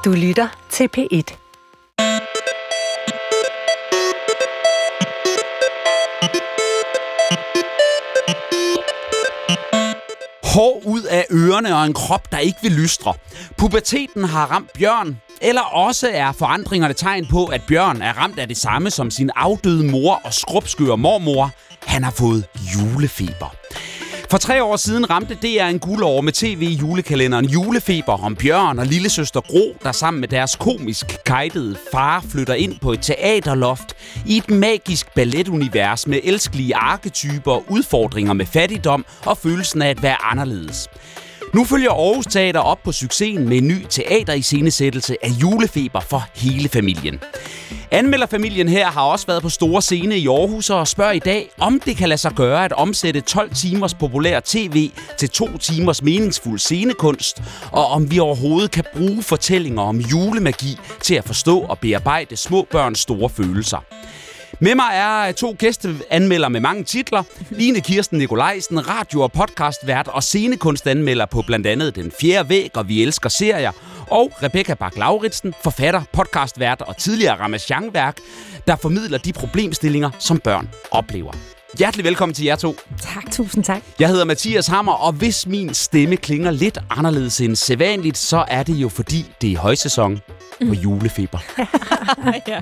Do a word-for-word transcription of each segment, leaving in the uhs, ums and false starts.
Du lytter til P et. Hår ud af ørerne og en krop, der ikke vil lystre. Puberteten har ramt Bjørn. Eller også er forandringerne tegn på, at Bjørn er ramt af det samme som sin afdøde mor og skrubskøre mormor. Han har fået julefeber. For tre år siden ramte D R en guldår med tv-julekalenderen Julefeber om Bjørn og lillesøster Gro, der sammen med deres komisk kejtede far flytter ind på et teaterloft i et magisk balletunivers med elskelige arketyper, udfordringer med fattigdom og følelsen af at være anderledes. Nu følger Aarhus Teater op på succesen med en ny teateriscenesættelse af Julefeber for hele familien. Anmelderfamilien her har også været på store scene i Aarhus og spørger i dag, om det kan lade sig gøre at omsætte tolv timers populær tv til to timers meningsfuld scenekunst, og om vi overhovedet kan bruge fortællinger om julemagi til at forstå og bearbejde små børns store følelser. Med mig er to gæsteanmeldere med mange titler. Line Kirsten Nikolajsen, radio- og podcastvært og scenekunstanmelder på blandt andet Den Fjerde Væg og Vi Elsker Serier. Og Rebecca Bach-Lauritsen, forfatter, podcastvært og tidligere Ramachan-værk, der formidler de problemstillinger, som børn oplever. Hjertelig velkommen til jer to. Tak, tusind tak. Jeg hedder Mathias Hammer, og hvis min stemme klinger lidt anderledes end sædvanligt, så er det jo fordi, det er højsæson på mm. Julefeber. Ja.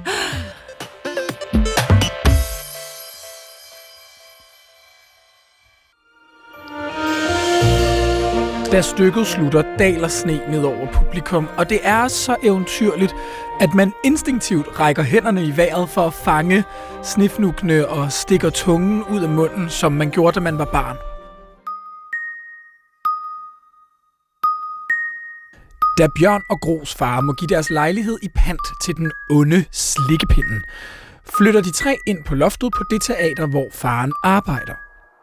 Da stykket slutter, daler sne ned over publikum, og det er så eventyrligt, at man instinktivt rækker hænderne i vejret for at fange snefnugene og stikker tungen ud af munden, som man gjorde, da man var barn. Da Bjørn og Gros far må give deres lejlighed i pant til den onde Slikkepinden, flytter de tre ind på loftet på det teater, hvor faren arbejder.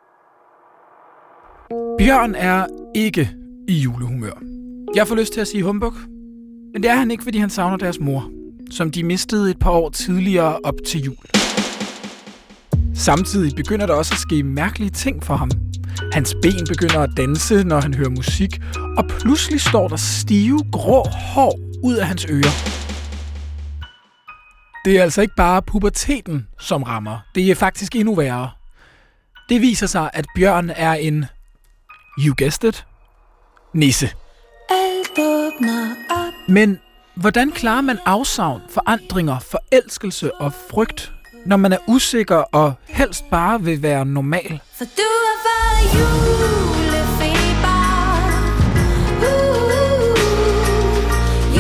Bjørn er ikke i julehumør. Jeg får lyst til at sige humbug, men det er han ikke, fordi han savner deres mor, som de mistede et par år tidligere op til jul. Samtidig begynder der også at ske mærkelige ting for ham. Hans ben begynder at danse, når han hører musik, og pludselig står der stive, grå hår ud af hans ører. Det er altså ikke bare puberteten, som rammer. Det er faktisk endnu værre. Det viser sig, at Bjørn er en, you guessed it, nisse. Men hvordan klarer man afsavn, forandringer, forelskelse og frygt, når man er usikker og helst bare vil være normal? For du er for julefeber. Uh,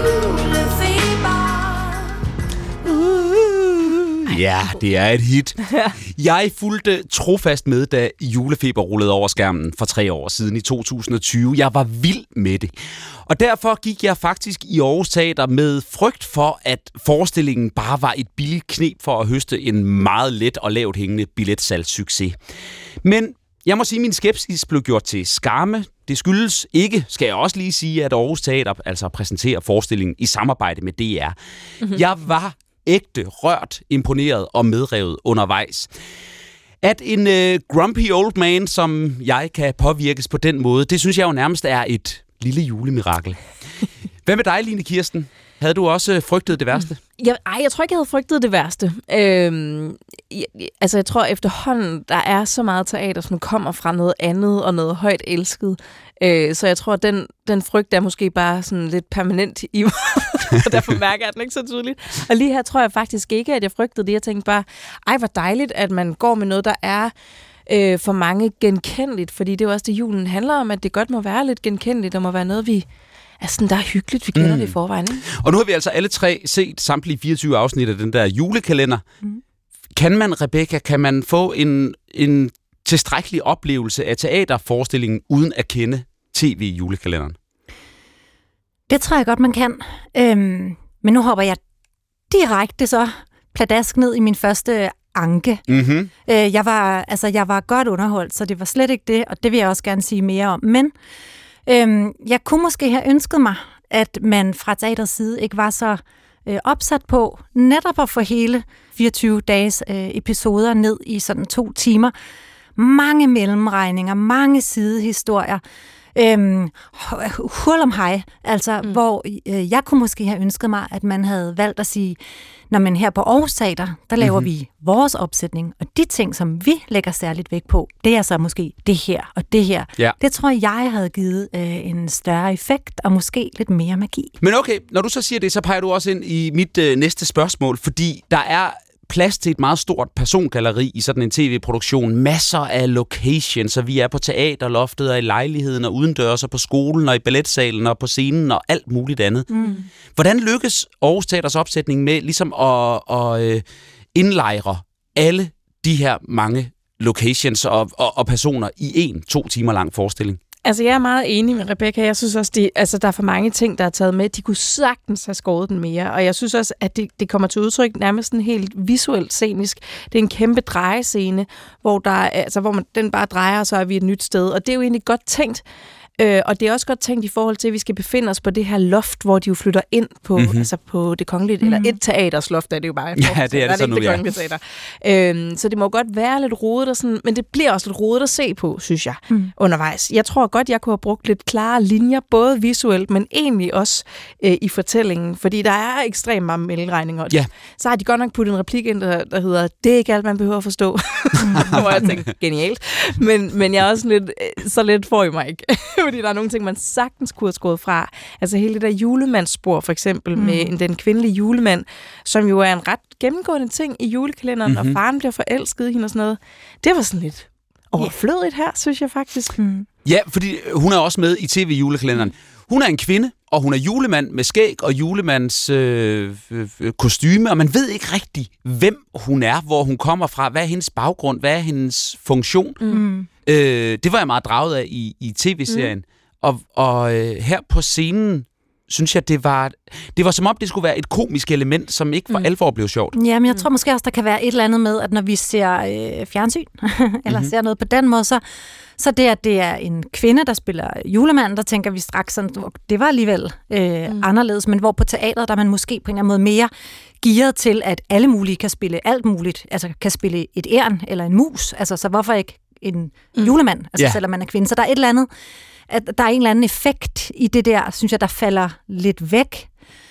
julefeber. Ja, det er et hit. Jeg fulgte trofast med, da Julefeber rullede over skærmen for tre år siden i to tusind og tyve. Jeg var vild med det. Og derfor gik jeg faktisk i Aarhus Teater med frygt for, at forestillingen bare var et billigt knep for at høste en meget let og lavt hængende billetsalgssucces. Men jeg må sige, at min skepsis blev gjort til skamme. Det skyldes ikke, skal jeg også lige sige, at Aarhus Teater altså præsenterer forestillingen i samarbejde med D R. Mm-hmm. Jeg var ægte, rørt, imponeret og medrevet undervejs. At en øh, grumpy old man, som jeg, kan påvirkes på den måde, det synes jeg jo nærmest er et lille julemirakel. Hvad med dig, Line Kirsten? Havde du også frygtet det værste? Jeg, ej, jeg tror ikke, jeg havde frygtet det værste. Øhm, jeg, altså, jeg tror efterhånden, der er så meget teater, som kommer fra noget andet og noget højt elsket. Øh, så jeg tror, at den, den frygt er måske bare sådan lidt permanent i mig. Og derfor mærker jeg den ikke så tydeligt. Og lige her tror jeg faktisk ikke, at jeg frygtede det. Jeg tænkte bare, ej, hvor dejligt, at man går med noget, der er øh, for mange genkendeligt. Fordi det er jo også det, julen handler om, at det godt må være lidt genkendeligt, og må være noget, vi... Altså, der er hyggeligt, vi kender mm. det i forvejen. Ikke? Og nu har vi altså alle tre set samtlige fireogtyve afsnit af den der julekalender. Mm. Kan man, Rebecca, kan man få en, en tilstrækkelig oplevelse af teaterforestillingen, uden at kende tv-julekalenderen? Det tror jeg godt, man kan. Øhm, men nu hopper jeg direkte så pladask ned i min første anke. Mm-hmm. Øh, jeg, var, altså, jeg var godt underholdt, så det var slet ikke det, og det vil jeg også gerne sige mere om. Men øhm, jeg kunne måske have ønsket mig, at man fra teaterets side ikke var så øh, opsat på netop at få hele fireogtyve dages øh, episoder ned i sådan to timer. Mange mellemregninger, mange sidehistorier. Øhm, hul om hej, altså mm. hvor øh, jeg kunne måske have ønsket mig, at man havde valgt at sige, når man her på Aarhus Teater, der laver mm-hmm. vi vores opsætning, og de ting, som vi lægger særligt vægt på, det er så måske det her og det her. Ja. Det tror jeg havde givet øh, en større effekt, og måske lidt mere magi. Men okay, når du så siger det, så peger du også ind i mit øh, næste spørgsmål, fordi der er plads til et meget stort persongalleri i sådan en tv-produktion. Masser af locations, så vi er på teaterloftet og i lejligheden og udendørs og på skolen og i balletsalen og på scenen og alt muligt andet. Mm. Hvordan lykkes Aarhus Teaters opsætning med ligesom at, at øh, indlejre alle de her mange locations og, og, og personer i en to timer lang forestilling? Altså, jeg er meget enig med Rebecca. Jeg synes også, de, altså, der er for mange ting, der er taget med. De kunne sagtens have skåret den mere. Og jeg synes også, at det, det kommer til udtryk nærmest sådan helt visuelt scenisk. Det er en kæmpe drejescene, hvor, der, altså, hvor man, den bare drejer, og så er vi et nyt sted. Og det er jo egentlig godt tænkt. Øh, og det er også godt tænkt i forhold til, at vi skal befinde os på det her loft, hvor de jo flytter ind på, mm-hmm. altså på det kongelige, mm-hmm. eller et teaters loft, er det jo bare. Ja, det er det så nu, ja. Øh, så det må godt være lidt rodet, og sådan, men det bliver også lidt rodet at se på, synes jeg, mm. undervejs. Jeg tror godt, jeg kunne have brugt lidt klare linjer, både visuelt, men egentlig også øh, i fortællingen, fordi der er ekstremt mange mellemregninger. Ja. Så har de godt nok puttet en replik ind, der, der hedder, det er ikke alt, man behøver at forstå. Hvor jeg tænkte, genialt. Men, men jeg er også lidt, så lidt får I mig ikke. Fordi der er nogle ting, man sagtens kunne have skåret fra. Altså hele det der julemandsspor, for eksempel, mm. med den kvindelige julemand, som jo er en ret gennemgående ting i julekalenderen, mm-hmm. og faren bliver forelsket i hende og sådan noget. Det var sådan lidt overflødigt her, synes jeg faktisk. Mm. Ja, fordi hun er også med i tv-julekalenderen. Hun er en kvinde, og hun er julemand med skæg og julemands øh, øh, kostyme, og man ved ikke rigtig, hvem hun er, hvor hun kommer fra, hvad er hendes baggrund, hvad er hendes funktion. Mm. Øh, det var jeg meget draget af i, i tv-serien. Mm. Og, og øh, her på scenen, synes jeg, det var, det var som om, det skulle være et komisk element, som ikke for mm. alvor blev sjovt. Ja, men jeg tror måske også, der kan være et eller andet med, at når vi ser øh, fjernsyn, eller mm-hmm. ser noget på den måde, så, så det, at det er en kvinde, der spiller julemand, der tænker vi straks sådan, det var alligevel øh, mm. anderledes, men hvor på teateret, der er man måske på en eller anden måde mere gearet til, at alle mulige kan spille alt muligt, altså kan spille et æren eller en mus, altså så hvorfor ikke en mm. julemand, altså yeah. selvom man er kvinde. Så der er et eller andet, at der er en eller anden effekt i det der, synes jeg, der falder lidt væk.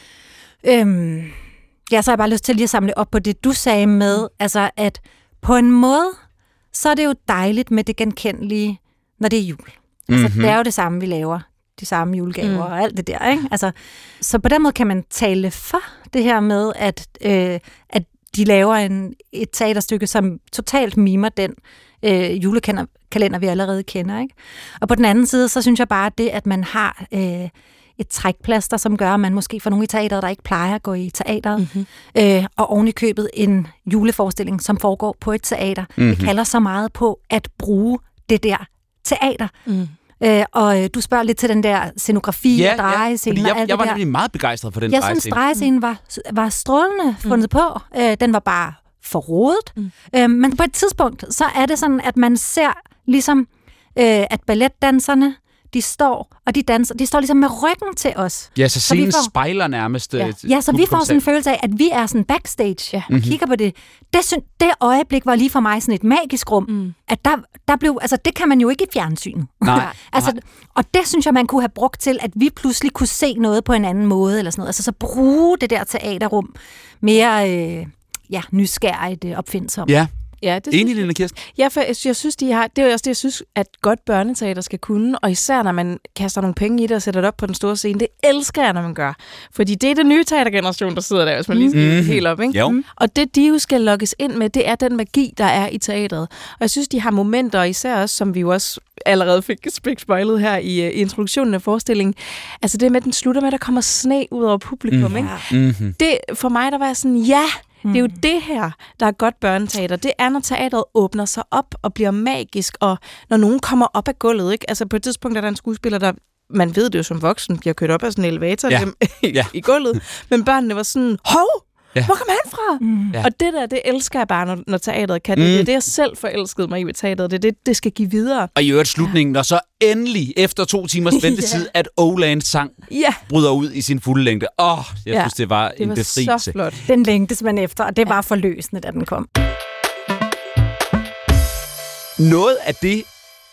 Øhm, ja, så har jeg bare lyst til lige at samle op på det, du sagde med, altså at på en måde, så er det jo dejligt med det genkendelige, når det er jul. Altså, mm-hmm. det er jo det samme, vi laver. De samme julegaver mm. og alt det der, ikke? Altså, så på den måde kan man tale for det her med, at, øh, at de laver en, et teaterstykke, som totalt mimer den øh, julekalender, vi allerede kender, ikke? Og på den anden side, så synes jeg bare, at det, at man har øh, et trækplaster, som gør, at man måske får nogle i teateret, der ikke plejer at gå i teateret, mm-hmm. øh, og oven i købet en juleforestilling, som foregår på et teater. Mm-hmm. Det kalder så meget på at bruge det der teater. Mm. Øh, og øh, du spørger lidt til den der scenografi ja, og drejescene. Ja, jeg, og alt jeg var det nemlig meget begejstret for den jeg drejescene. Jeg synes, drejescenen var, var strålende fundet mm. på. Øh, den var bare for rodet. Mm. Øh, men på et tidspunkt, så er det sådan, at man ser ligesom, øh, at balletdanserne, de står, og de danser, de står ligesom med ryggen til os. Ja, så scenen får, spejler nærmest. Ja, ja så vi får sådan en følelse af, at vi er sådan backstage ja. og mm-hmm. kigger på det. Det, synes, det øjeblik var lige for mig sådan et magisk rum, mm. at der, der blev, altså det kan man jo ikke i fjernsynet. Nej. altså, nej. Og det synes jeg, man kunne have brugt til, at vi pludselig kunne se noget på en anden måde, eller sådan noget. Altså så bruge det der teaterrum mere øh, ja, nysgerrigt øh, opfindsomt. Ja. Ja, det enig, Lene Kirsten? Ja, for jeg, jeg synes, de har, det er jo også det, jeg synes, at godt børneteater skal kunne, og især når man kaster nogle penge i det og sætter det op på den store scene, det elsker jeg, når man gør. Fordi det er den nye teatergeneration, der sidder der, hvis man lige skal mm. helt op, ikke? Jo. Og det, de jo skal lokkes ind med, det er den magi, der er i teateret. Og jeg synes, de har momenter, især også, som vi jo også allerede fik spoilet her i, i introduktionen af forestillingen. Altså det med, at den slutter med, at der kommer sne ud over publikum, mm. ikke? Mm-hmm. Det, for mig, der var sådan, ja, det er jo det her, der er godt børneteater. Det er, når teateret åbner sig op og bliver magisk, og når nogen kommer op af gulvet, ikke? Altså på et tidspunkt er der en skuespiller, der, man ved det jo som voksen, bliver kørt op af sådan en elevator ja. ja. i gulvet, men børnene var sådan, hov! Ja. Hvor kom han fra? Mm. Ja. Og det der, det elsker jeg bare, når, når teateret kan. Mm. Det er det, jeg selv forelskede mig i ved teateret. Det er det, det skal give videre. Og i øvrigt slutningen, når så endelig, efter to timers ventetid, ja. at Olands sang ja. bryder ud i sin fulde længde. Åh, oh, jeg ja. synes, det var det en var befrielse. Så flot. Den længtes man efter, og det var forløsende, da den kom. Noget af det,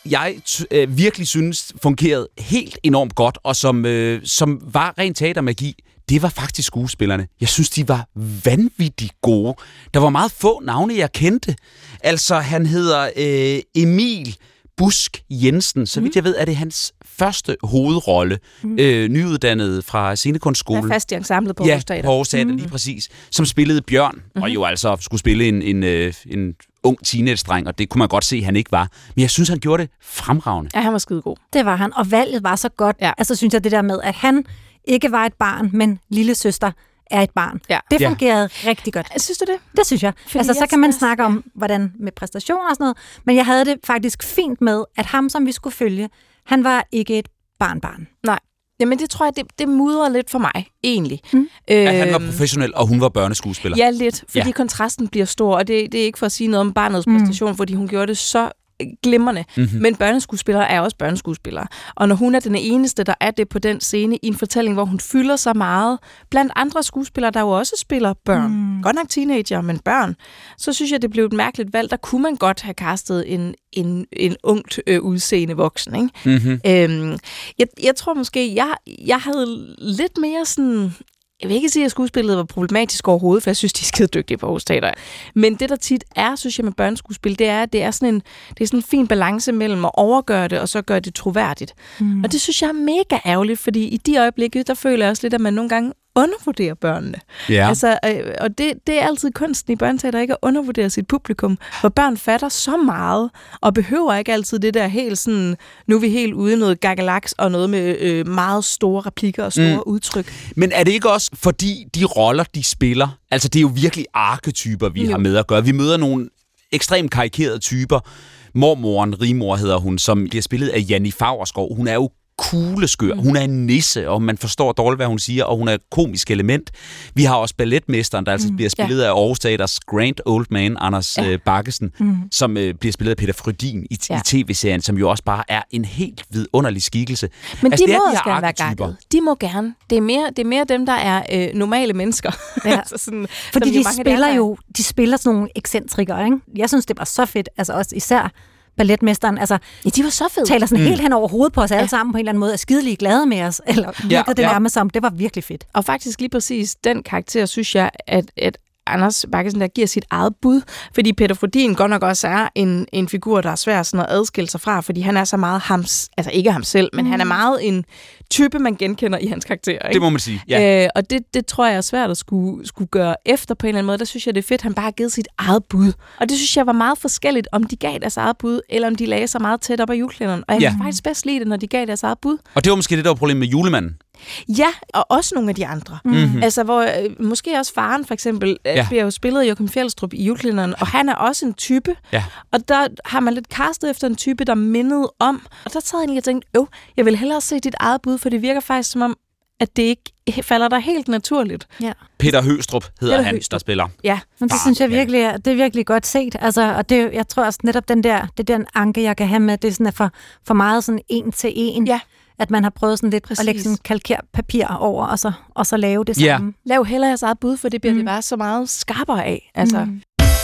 jeg t- øh, virkelig synes fungerede helt enormt godt, og som, øh, som var ren teatermagi, det var faktisk skuespillerne. Jeg synes, de var vanvittigt gode. Der var meget få navne, jeg kendte. Altså, han hedder øh, Emil Busk Jensen. Så vidt jeg ved, er det hans første hovedrolle. Mm. Øh, nyuddannet fra Scenekunstskolen. Han er fast i ensemblet på ja, Aarhus Teater. på Aarhus Teater, Mm. lige præcis. Som spillede Bjørn, mm-hmm. og jo altså skulle spille en, en, øh, en ung teenage-dreng, og det kunne man godt se, at han ikke var. Men jeg synes, han gjorde det fremragende. Ja, han var skidegod. Det var han, og valget var så godt. Ja. Altså, synes jeg, det der med, at han ikke var et barn, men lille søster er et barn. Ja. Det Ja. fungerede rigtig godt. Synes du det? Det synes jeg. Fordi altså, så jeg kan man synes- snakke om, hvordan med præstationer og sådan noget, men jeg havde det faktisk fint med, at ham, som vi skulle følge, han var ikke et barnbarn. Nej. Jamen, det tror jeg, det, det mudrer lidt for mig, egentlig. Mm. At han var Øhm, professionel, og hun var børneskuespiller. Ja, lidt, fordi Ja. ja. kontrasten bliver stor, og det, det er ikke for at sige noget om barnets Mm. præstation, fordi hun gjorde det så glimrende. Mm-hmm. Men børneskuespillere er også børneskuespillere. Og når hun er den eneste, der er det på den scene i en fortælling, hvor hun fylder så meget, blandt andre skuespillere, der jo også spiller børn, mm. godt nok teenager, men børn, så synes jeg, det blev et mærkeligt valg. Der kunne man godt have castet en, en, en ungt øh, udseende voksen. Ikke? Mm-hmm. Øhm, jeg, jeg tror måske, jeg, jeg havde lidt mere sådan... Jeg vil ikke sige, at skuespillet var problematisk overhovedet, for jeg synes, de er skide dygtige på Aarhus Teater. Men det, der tit er, synes jeg, med børneskuespil, det er, at det er sådan en, det er sådan en fin balance mellem at overgøre det, og så gøre det troværdigt. Mm. Og det synes jeg er mega ærgerligt, fordi i de øjeblikke, der føler jeg også lidt, at man nogle gange undervurderer børnene. Ja. Altså, øh, og det, det er altid kunsten i børneteater, ikke at undervurdere sit publikum, for børn fatter så meget, og behøver ikke altid det der helt sådan, nu er vi helt ude i noget gakkelaks, og noget med øh, meget store replikker og store mm. udtryk. Men er det ikke også, fordi de roller, de spiller, altså det er jo virkelig arketyper, vi Jo. har med at gøre. Vi møder nogle ekstremt karikerede typer. Mormoren, Rigmor hedder hun, som bliver spillet af Janni Favrskov. Hun er jo kugleskør. Hun er en nisse, og man forstår dårligt, hvad hun siger, og hun er et komisk element. Vi har også balletmesteren, der altså mm, bliver spillet ja. af Aarhus Teaters Grand Old Man, Anders ja. Bakkesen, mm. som øh, bliver spillet af Peter Frødin i, ja. i tv-serien, som jo også bare er en helt vidunderlig skikkelse. Men altså, de det må er også her gerne være arketyper. gakket. De må gerne. Det er mere, det er mere dem, der er øh, normale mennesker. Ja. altså sådan, Fordi som de mange spiller der er. jo, de spiller sådan nogle ekscentrikere, ikke? Jeg synes, det var så fedt, altså også især balletmesteren, altså Ja, de var så fede. taler sådan Mm. helt hen over hovedet på os alle Ja. sammen på en eller anden måde, er skidelig glade med os, eller virkede Ja, det ja. nærmest som, det var virkelig fedt. Og faktisk lige præcis den karakter, synes jeg, at, at Anders Bakkesen, der giver sit eget bud, fordi Peter Frødin godt nok også er en, en figur, der er svær sådan at adskille sig fra, fordi han er så meget ham, altså ikke ham selv, men mm. han er meget en type, man genkender i hans karakter. Ikke? Det må man sige, ja. Øh, og det, det tror jeg er svært at skulle, skulle gøre efter på en eller anden måde. Der synes jeg, det er fedt, at han bare har givet sit eget bud. Og det synes jeg var meget forskelligt, om de gav deres eget bud, eller om de lagde sig meget tæt op ad julekalenderen. Og jeg Ja. ja. faktisk bedst lide det, når de gav deres eget bud. Og det var måske det, der var problemet med Julemanden. Ja, og også nogle af de andre. Mm-hmm. Altså, hvor øh, måske også faren, for eksempel, øh, Ja. bliver jo spillet af Joachim Fjeldstrup i julekalenderen, og han er også en type. Ja. Og der har man lidt castet efter en type, der mindede om. Og der sad jeg egentlig og tænkte, øv, jeg vil hellere se dit eget bud, for det virker faktisk som om, at det ikke falder dig helt naturligt. Ja. Peter Høstrup hedder Peter han, Høstrup. der spiller. Ja. Men det Far, synes jeg ja. virkelig er, det er virkelig godt set. Altså, og det, jeg tror også netop den der, det er den anke, jeg kan have med, det er sådan, at for, for meget sådan en til en. Ja. At man har prøvet sådan lidt Præcis. at lægge sådan kalkerpapir over, og så, og så lave det Ja. samme. Lav hellere jeres eget bud, for det bliver Mm. mm. det bare så meget skarpere af. Altså, mm.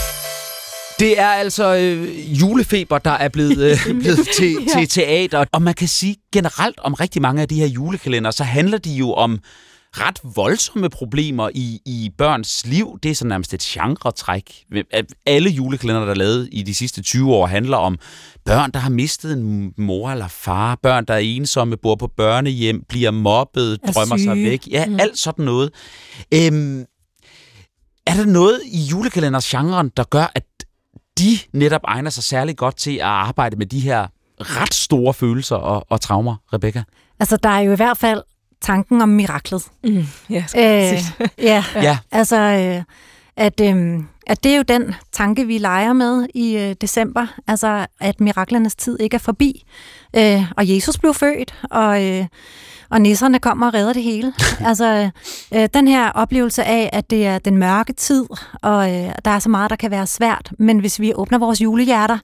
Det er altså øh, julefeber, der er blevet, øh, blevet til, Ja. til teater. Og man kan sige generelt om rigtig mange af de her julekalender, så handler de jo om ret voldsomme problemer i, i børns liv. Det er sådan nærmest et genretræk. Alle julekalender, der er lavet i de sidste tyve år, handler om børn, der har mistet en mor eller far, børn, der er ensomme, bor på børnehjem, bliver mobbet, Er drømmer sig syge. væk. Ja, Mm. alt sådan noget. Øhm, er der noget i julekalenders genren, der gør, at de netop egner sig særlig godt til at arbejde med de her ret store følelser og, og traumer, Rebecca? Altså, der er jo i hvert fald tanken om miraklet. Mm. Ja, Øh, ja, Ja. altså, øh, at, øh, at det er jo den tanke, vi leger med i øh, december. Altså, at miraklernes tid ikke er forbi. Øh, og Jesus blev født, og, øh, og nisserne kommer og redder det hele. altså, øh, den her oplevelse af, at det er den mørke tid, og øh, der er så meget, der kan være svært. Men hvis vi åbner vores julehjerter,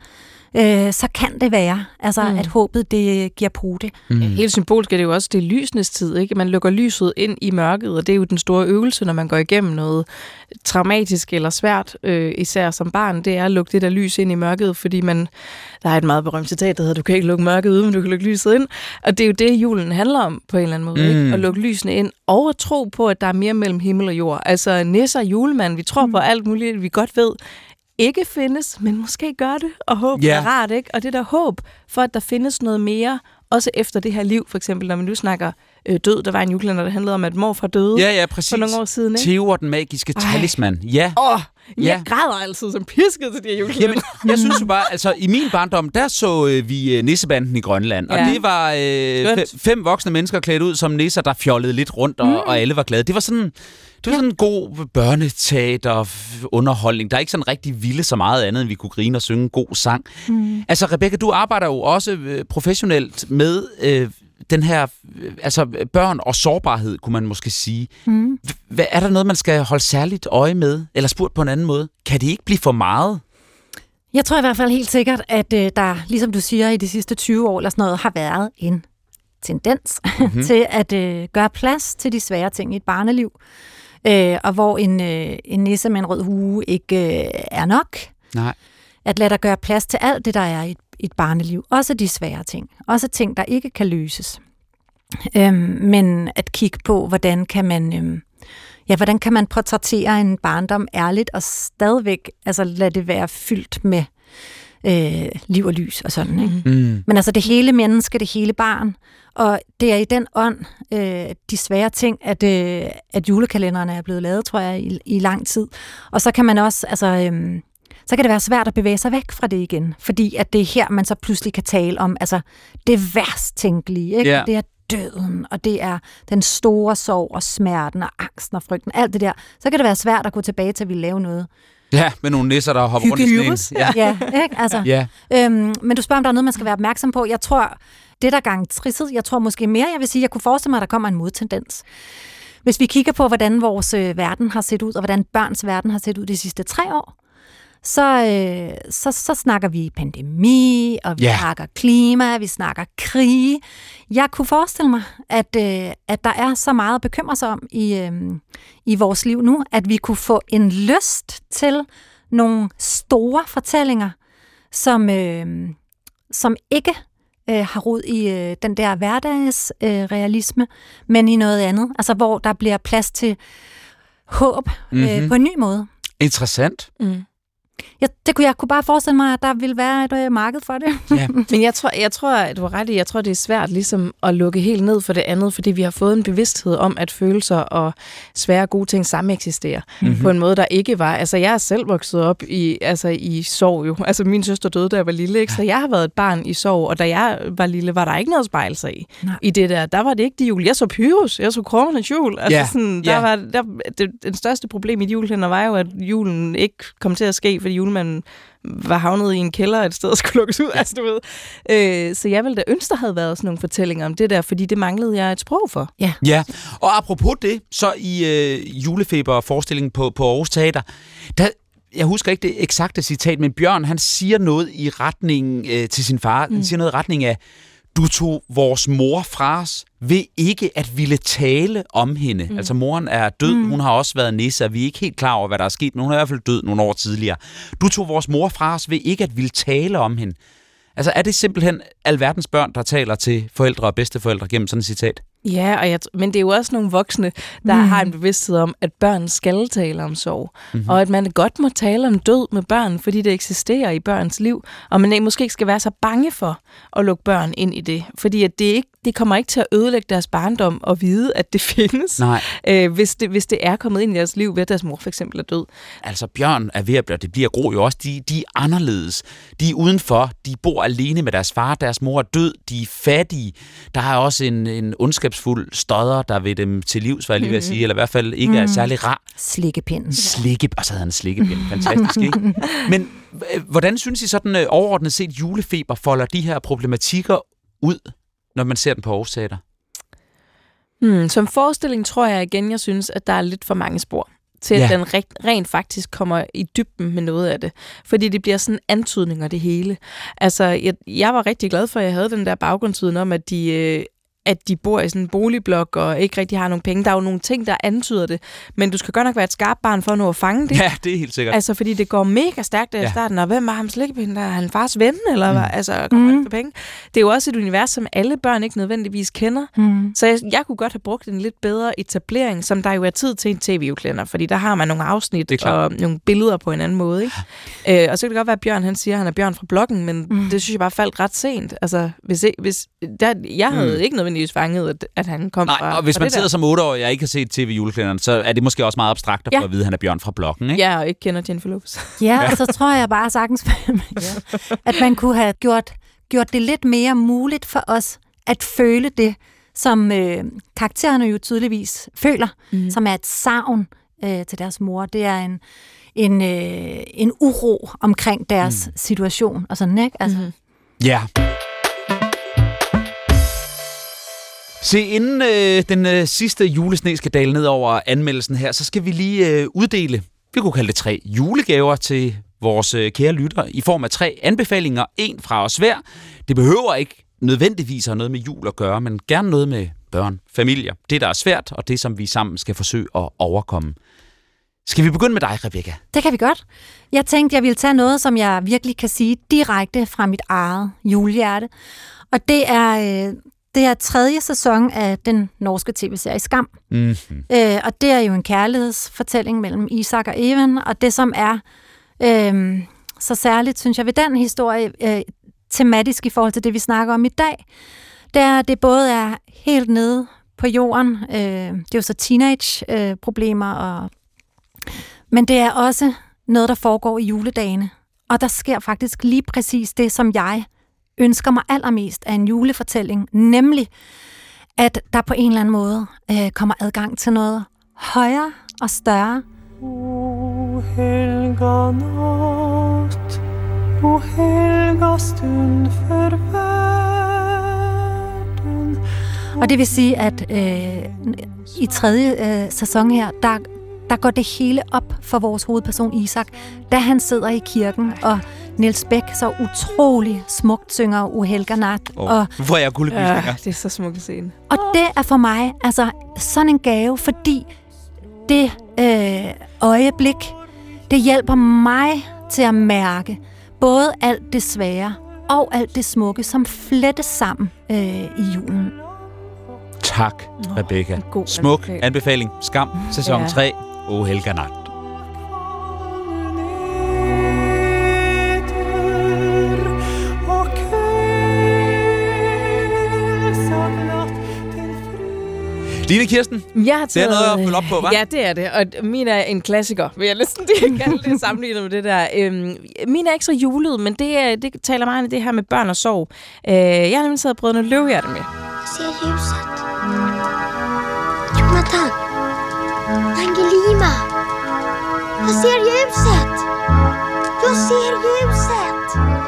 øh, så kan det være, altså, Mm. at håbet det giver pote. Mm. Ja, helt symbolsk er det jo også, det er lysenes tid, ikke? Man lukker lyset ind i mørket, og det er jo den store øvelse, når man går igennem noget traumatisk eller svært, øh, især som barn, det er at lukke det der lys ind i mørket, fordi man, der er et meget berømt citat, der hedder, du kan ikke lukke mørket ud, men du kan lukke lyset ind, og det er jo det, julen handler om på en eller anden måde, Mm. ikke? At lukke lysene ind, og at tro på, at der er mere mellem himmel og jord. Altså nisser, julemand, vi tror mm. på alt muligt, vi godt ved, ikke findes, men måske gør det, og håb Ja. er rart, ikke? Og det der håb for, at der findes noget mere, også efter det her liv, for eksempel, når man nu snakker øh, død, der var en julekalender, der handlede om, at morfar døde Ja, ja, præcis. for nogle år siden, ikke? Theo og den magiske Ej. talisman. Ja. Åh, oh, jeg Ja. græder altid som pisket til de her julekalender. Jamen, jeg synes jo bare, altså i min barndom, der så øh, vi øh, Nissebanden i Grønland, og Ja. det var øh, Skønt. fe- fem voksne mennesker klædt ud som nisser, der fjollede lidt rundt, og, mm. og alle var glade. Det var sådan, det var sådan en god børneteater f- underholdning. Der er ikke sådan rigtig ville så meget andet, end vi kunne grine og synge en god sang. Mm. Altså Rebecca, du arbejder jo også øh, professionelt med øh, den her, øh, altså børn og sårbarhed, kunne man måske sige. Mm. Hvad, er der noget, man skal holde særligt øje med? Eller spurgt på en anden måde? Kan det ikke blive for meget? Jeg tror i hvert fald helt sikkert, at øh, der, ligesom du siger, i de sidste tyve år eller sådan noget, har været en tendens mm-hmm. til at øh, gøre plads til de svære ting i et barneliv. Øh, og hvor en, øh, en nisse med en rød hue ikke øh, er nok. Nej. At lade dig gøre plads til alt det, der er i et, et barneliv. Også de svære ting. Også ting, der ikke kan løses. Øhm, men at kigge på, hvordan kan man... Øhm, Ja, hvordan kan man portrættere en barndom ærligt og stadigvæk altså, lade det være fyldt med øh, liv og lys og sådan, ikke? Mm. Men altså det hele menneske, det hele barn, og det er i den ånd, øh, de svære ting, at, øh, at julekalenderne er blevet lavet, tror jeg, i, i lang tid. Og så kan man også, altså... Øh, så kan det være svært at bevæge sig væk fra det igen, fordi at det er her, man så pludselig kan tale om altså, det værst tænkelige, ikke? Ja. Det er døden, og det er den store sorg og smerten og angsten og frygten, alt det der. Så kan det være svært at gå tilbage til, at vi laver noget. Ja, med nogle nisser, der hopper rundt i sneen. Ja. Ja, ikke? Altså, Ja. øhm, men du spørger, om der er noget, man skal være opmærksom på. Jeg tror, det der er gang trisset, jeg tror måske mere, jeg vil sige, jeg kunne forestille mig, at der kommer en modtendens. Hvis vi kigger på, hvordan vores øh, verden har set ud, og hvordan børns verden har set ud de sidste tre år, Så, øh, så, så snakker vi pandemi, og vi Yeah. snakker klima, vi snakker krige. Jeg kunne forestille mig, at, øh, at der er så meget at bekymre sig om i, øh, i vores liv nu, at vi kunne få en lyst til nogle store fortællinger, som, øh, som ikke øh, har rod i øh, den der hverdagsrealisme, øh, realisme, men i noget andet. Altså hvor der bliver plads til håb øh, Mhm. på en ny måde. Interessant. Mm. Jeg, det kunne jeg kunne bare forestille mig, at der ville være et øh, marked for det. Ja. Men jeg tror, jeg tror, at du har ret i, jeg tror, det er svært ligesom at lukke helt ned for det andet, fordi vi har fået en bevidsthed om, at følelser og svære gode ting sammen eksisterer mm-hmm. på en måde, der ikke var. Altså, jeg er selv vokset op i, altså, i sorg jo. Altså, min søster døde, da jeg var lille, ikke? Så jeg har været et barn i sorg, og da jeg var lille, var der ikke noget spejl sig i. Nej. I det der. Der var det ikke de jul. Jeg så Pyrus, jeg så Kronens jul. Altså, Ja, sådan, der ja. var, der, det, den største problem i julekalender var jo, at julen ikke kom til at ske, fordi julemanden var havnet i en kælder et sted og skulle lukkes ud, altså du ved. Øh, så jeg ville da ønske, der havde været sådan nogle fortællinger om det der, fordi det manglede jeg et sprog for. Ja. Ja, og apropos det, så i øh, julefeber-forestillingen på, på Aarhus Teater, der, jeg husker ikke det eksakte citat, men Bjørn, han siger noget i retning øh, til sin far, mm. han siger noget i retning af, du tog vores mor fra os ved ikke at ville tale om hende. Mm. Altså moren er død, mm. hun har også været nisse, og vi er ikke helt klar over, hvad der er sket, men hun er i hvert fald død nogle år tidligere. Du tog vores mor fra os ved ikke at ville tale om hende. Altså er det simpelthen alverdens børn, der taler til forældre og bedsteforældre gennem sådan et citat? Ja, og jeg, men det er jo også nogle voksne, der mm. har en bevidsthed om, at børn skal tale om sorg. Mm-hmm. Og at man godt må tale om død med børn, fordi det eksisterer i børns liv. Og man måske ikke skal være så bange for at lukke børn ind i det. Fordi at det, ikke, det kommer ikke til at ødelægge deres barndom og vide, at det findes. Nej. Øh, hvis, det, hvis det er kommet ind i deres liv ved, at deres mor for eksempel er død. Altså Bjørn er ved at blive, det bliver Gro jo også, de, de er anderledes. De er udenfor, de bor alene med deres far, deres mor er død, de er fattige. Der er også en, en ondskabsfuld stodder, der vil dem til livs, hvad jeg lige vil sige, eller i hvert fald ikke er særlig rar. Slikkepinden. Slikke, og så havde han en slikkepind. Fantastisk, ikke? Men øh, hvordan synes I sådan øh, overordnet set julefeber folder de her problematikker ud, når man ser den på Aarhus Teater? Hmm, som forestilling tror jeg igen, jeg synes, at der er lidt for mange spor. til at Ja. den rigt, rent faktisk kommer i dybden med noget af det. Fordi det bliver sådan antydninger det hele. Altså, jeg, jeg var rigtig glad for, at jeg havde den der baggrundsviden om, at de... Øh, at de bor i sådan en boligblok og ikke rigtig har nogen penge. Der er jo nogle ting, der antyder det, men du skal godt nok være et skarpt barn for at nå at fange det. Ja, det er helt sikkert. Altså, fordi det går mega stærkt der i Ja. starten, og hvem er ham slikkepind? Er han fars ven, eller hvad? Mm. Altså, kommer Mm. mm. for penge? Det er jo også et univers, som alle børn ikke nødvendigvis kender. Mm. Så jeg, jeg kunne godt have brugt en lidt bedre etablering, som der jo er tid til en tv-udklænder, fordi der har man nogle afsnit Det er klart. og nogle billeder på en anden måde. Ikke? Øh, og så kan det godt være, at Bjørn han siger, at han er Bjørn fra Bloggen, men Mm. mm. det synes jeg bare faldt ret sent. Altså, hvis, hvis, der, jeg havde Mm. ikke nødvendigvis fanget, at, at han kom Nej, fra, og hvis fra man det sidder der. som otteårig og ikke har set tv-juleklænderen, så er det måske også meget abstrakt at få Ja. at vide, at han er Bjørn fra Bloggen, ikke? Ja, og ikke kender Jennifer Lopez. Ja, og så tror jeg bare sagtens, at man kunne have gjort, gjort det lidt mere muligt for os at føle det, som øh, karaktererne jo tydeligvis føler, Mm. som er et savn øh, til deres mor. Det er en, en, øh, en uro omkring deres mm. situation og sådan, ikke? Altså, Mm-hmm. Ja. Se, inden øh, den øh, sidste julesne skal dale ned over anmeldelsen her, så skal vi lige øh, uddele, vi kunne kalde det tre julegaver til vores øh, kære lytter, i form af tre anbefalinger, en fra os hver. Det behøver ikke nødvendigvis have noget med jul at gøre, men gerne noget med børn, familier. Det, der er svært, og det, som vi sammen skal forsøge at overkomme. Skal vi begynde med dig, Rebecca? det kan vi godt. Jeg tænkte, jeg ville tage noget, som jeg virkelig kan sige direkte fra mit eget julehjerte. Og det er... Øh, Det er tredje sæson af den norske tv-serie Skam. Mm-hmm. Øh, og det er jo en kærlighedsfortælling mellem Isak og Even, og det som er øh, så særligt, synes jeg, ved den historie, øh, tematisk i forhold til det, vi snakker om i dag, det er, at det både er helt nede på jorden, øh, det er jo så teenage-problemer, og men det er også noget, der foregår i juledagene. Og der sker faktisk lige præcis det, som jeg ønsker mig allermest af en julefortælling, nemlig at der på en eller anden måde øh, kommer adgang til noget højere og større. O helga natt, o helga stund for verden. Og det vil sige, at øh, i tredje øh, sæson her, der, der går det hele op for vores hovedperson Isak, da han sidder i kirken, og Niels Bæk så utrolig smukt synger O helga nat. Oh. Og, Nu får jeg kuldegysninger. Ja, det er så smuk en scene. og det er for mig altså sådan en gave, fordi det øh, øjeblik, det hjælper mig til at mærke både alt det svære og alt det smukke, som flettes sammen øh, i julen. Tak, Rebecca. en god Smuk anbefaling. anbefaling. Skam, sæson Ja. tre. O helga nat. Og kveldsavlat til fru. Line Kirsten, Jeg har det er taget, noget at følge op på, hva'? Ja, det er det. Og min er en klassiker, vil jeg næsten kalde det, sammenlignet med det der. Øhm, min er ikke så julet, men det, er- det taler meget om det her med børn og sorg. Øh, jeg har nemlig taget Brødrene Løvehjerte med. Jag ser ljuset. Jonathan. Angelina. Jag ser ljuset. Jag ser ljuset.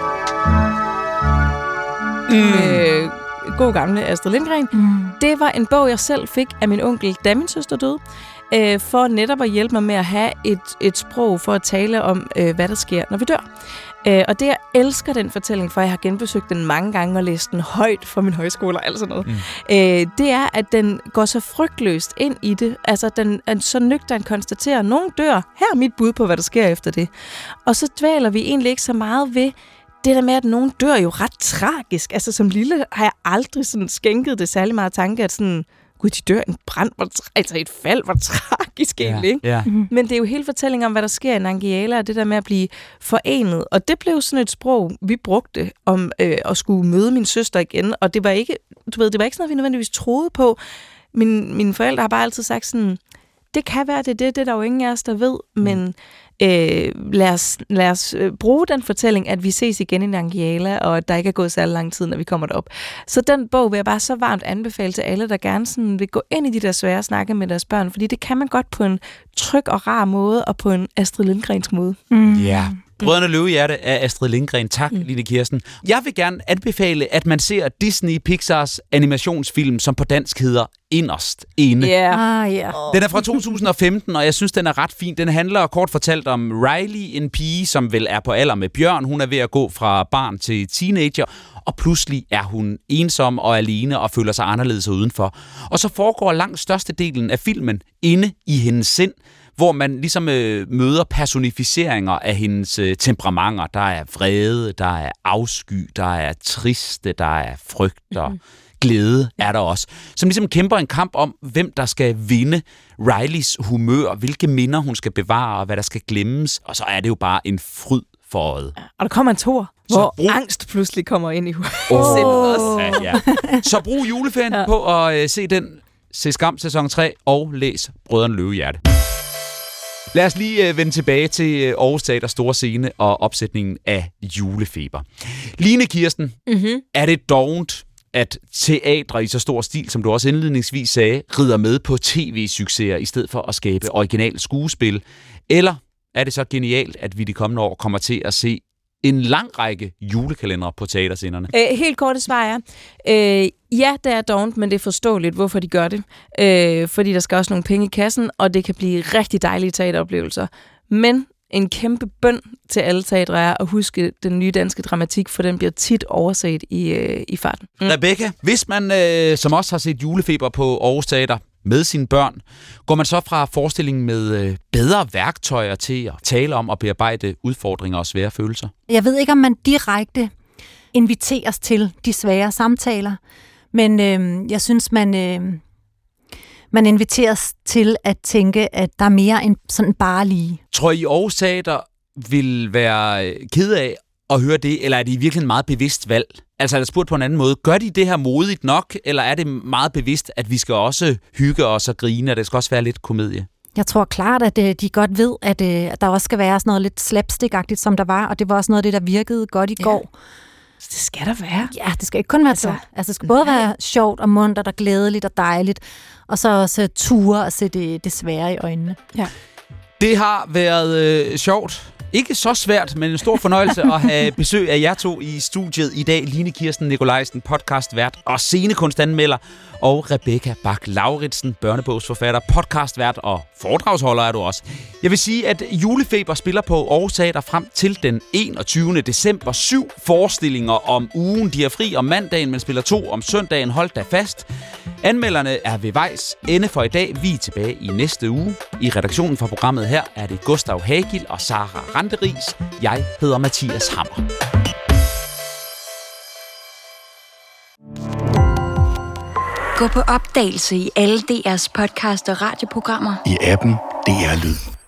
Øh, god gamle Astrid Lindgren. Mm. Det var en bog, jeg selv fik af min onkel, da min søster døde, øh, for netop at hjælpe mig med at have et, et sprog for at tale om, øh, hvad der sker, når vi dør. Øh, og det, jeg elsker den fortælling, for jeg har genbesøgt den mange gange og læst den højt fra min højskole og alt sådan noget, mm. øh, det er, at den går så frygtløst ind i det. Altså, den er så nøgternt konstaterer, at nogen dør. Her er mit bud på, hvad der sker efter det. Og så dvæler vi egentlig ikke så meget ved det der med, at nogen dør jo ret tragisk. Altså, som lille har jeg aldrig sådan skænket det særlig meget tanke, at sådan, gud, de dør i en brand, hvor, altså et fald, hvor tragisk egentlig, ikke? Ja. Men det er jo hele fortællingen om, hvad der sker i Nangiala, og det der med at blive forenet. Og det blev sådan et sprog, vi brugte om øh, at skulle møde min søster igen. Og det var ikke, du ved, det var ikke sådan noget, vi nødvendigvis troede på. Min, mine forældre har bare altid sagt sådan, det kan være, det er det, det er der jo ingen af os, der ved, men øh, lad os, lad os øh, bruge den fortælling, at vi ses igen i Nangiala, og at der ikke er gået særlig lang tid, når vi kommer derop. Så den bog vil jeg bare så varmt anbefale til alle, der gerne sådan vil gå ind i de der svære snakke med deres børn, fordi det kan man godt på en tryg og rar måde, og på en Astrid Lindgrens måde. Mm. Ja, Brødrene Løvehjerte af Astrid Lindgren. Tak, mm. Line Kirsten. Jeg vil gerne anbefale, at man ser Disney Pixars animationsfilm, som på dansk hedder Inderst Inde. Yeah. Ah, ja. Den er fra to tusind og femten, og jeg synes, den er ret fin. Den handler kort fortalt om Riley, en pige, som vel er på alder med Bjørn. Hun er ved at gå fra barn til teenager, og pludselig er hun ensom og alene og føler sig anderledes udenfor. Og så foregår langt størstedelen af filmen inde i hendes sind, hvor man ligesom øh, møder personificeringer af hendes øh, temperamenter. Der er vrede, der er afsky, der er triste, der er frygt og mm-hmm. glæde er der også. Som ligesom kæmper en kamp om, hvem der skal vinde Rileys humør, hvilke minder hun skal bevare, og hvad der skal glemmes. Og så er det jo bare en fryd for øjet. Og der kommer en tor, hvor brug... angst pludselig kommer ind i hovedet. Oh. Ja, ja. Så brug juleferien ja. på at øh, se den. Se Skam sæson tre og læs Brødrene Løvehjerte. Lad os lige øh, vende tilbage til øh, Aarhus Teater store scene og opsætningen af Julefeber. Line Kirsten, mm-hmm. er det dovent, at teatre i så stor stil, som du også indledningsvis sagde, rider med på tv-succeser i stedet for at skabe original skuespil? Eller er det så genialt, at vi de kommende år kommer til at se en lang række julekalendere på teaterscenerne? Øh, helt korte svar er, øh, ja, det er dovent, men det er forståeligt, hvorfor de gør det. Øh, fordi der skal også nogle penge i kassen, og det kan blive rigtig dejlige teateroplevelser. Men en kæmpe bøn til alle teatre er at huske den nye danske dramatik, for den bliver tit overset i, øh, i farten. Mm. Rebecca, hvis man øh, som også har set Julefeber på Aarhus Teater med sine børn, går man så fra forestillingen med øh, bedre værktøjer til at tale om og bearbejde udfordringer og svære følelser? Jeg ved ikke, om man direkte inviteres til de svære samtaler, men øh, jeg synes, man, øh, man inviteres til at tænke, at der er mere end sådan bare lige. Tror I, Aarhus Teater vil være ked af at høre det, eller er det virkelig en meget bevidst valg? Altså er der spurgt på en anden måde, gør de det her modigt nok, eller er det meget bevidst, at vi skal også hygge os og grine, og det skal også være lidt komedie? Jeg tror klart, at de godt ved, at der også skal være sådan noget lidt slapstick-agtigt, som der var, og det var også noget af det, der virkede godt i ja. går. Det skal der være. Ja, det skal ikke kun være altså, så. Altså, det skal både være sjovt og muntert og glædeligt og dejligt, og så også ture og se det, det svære i øjnene. Ja. Det har været øh, sjovt. Ikke så svært, men en stor fornøjelse at have besøg af jer to i studiet i dag. Line Kirsten Nikolajsen, podcastvært og scenekunstanmelder, og Rebecca Bach-Lauritsen, børnebogsforfatter, podcastvært og foredragsholder er du også. Jeg vil sige, at Julefeber spiller på Aarhus Teater frem til den enogtyvende december. Syv forestillinger om ugen. De er fri om mandagen, men spiller to om søndagen. Hold da fast. Anmelderne er ved vejs ende for i dag. Vi er tilbage i næste uge. I redaktionen for programmet her er det Gustav Hagil og Sara Randeris. Jeg hedder Mathias Hammer. Gå på opdagelse i alle D R's podcast og radioprogrammer. I appen D R Lyd.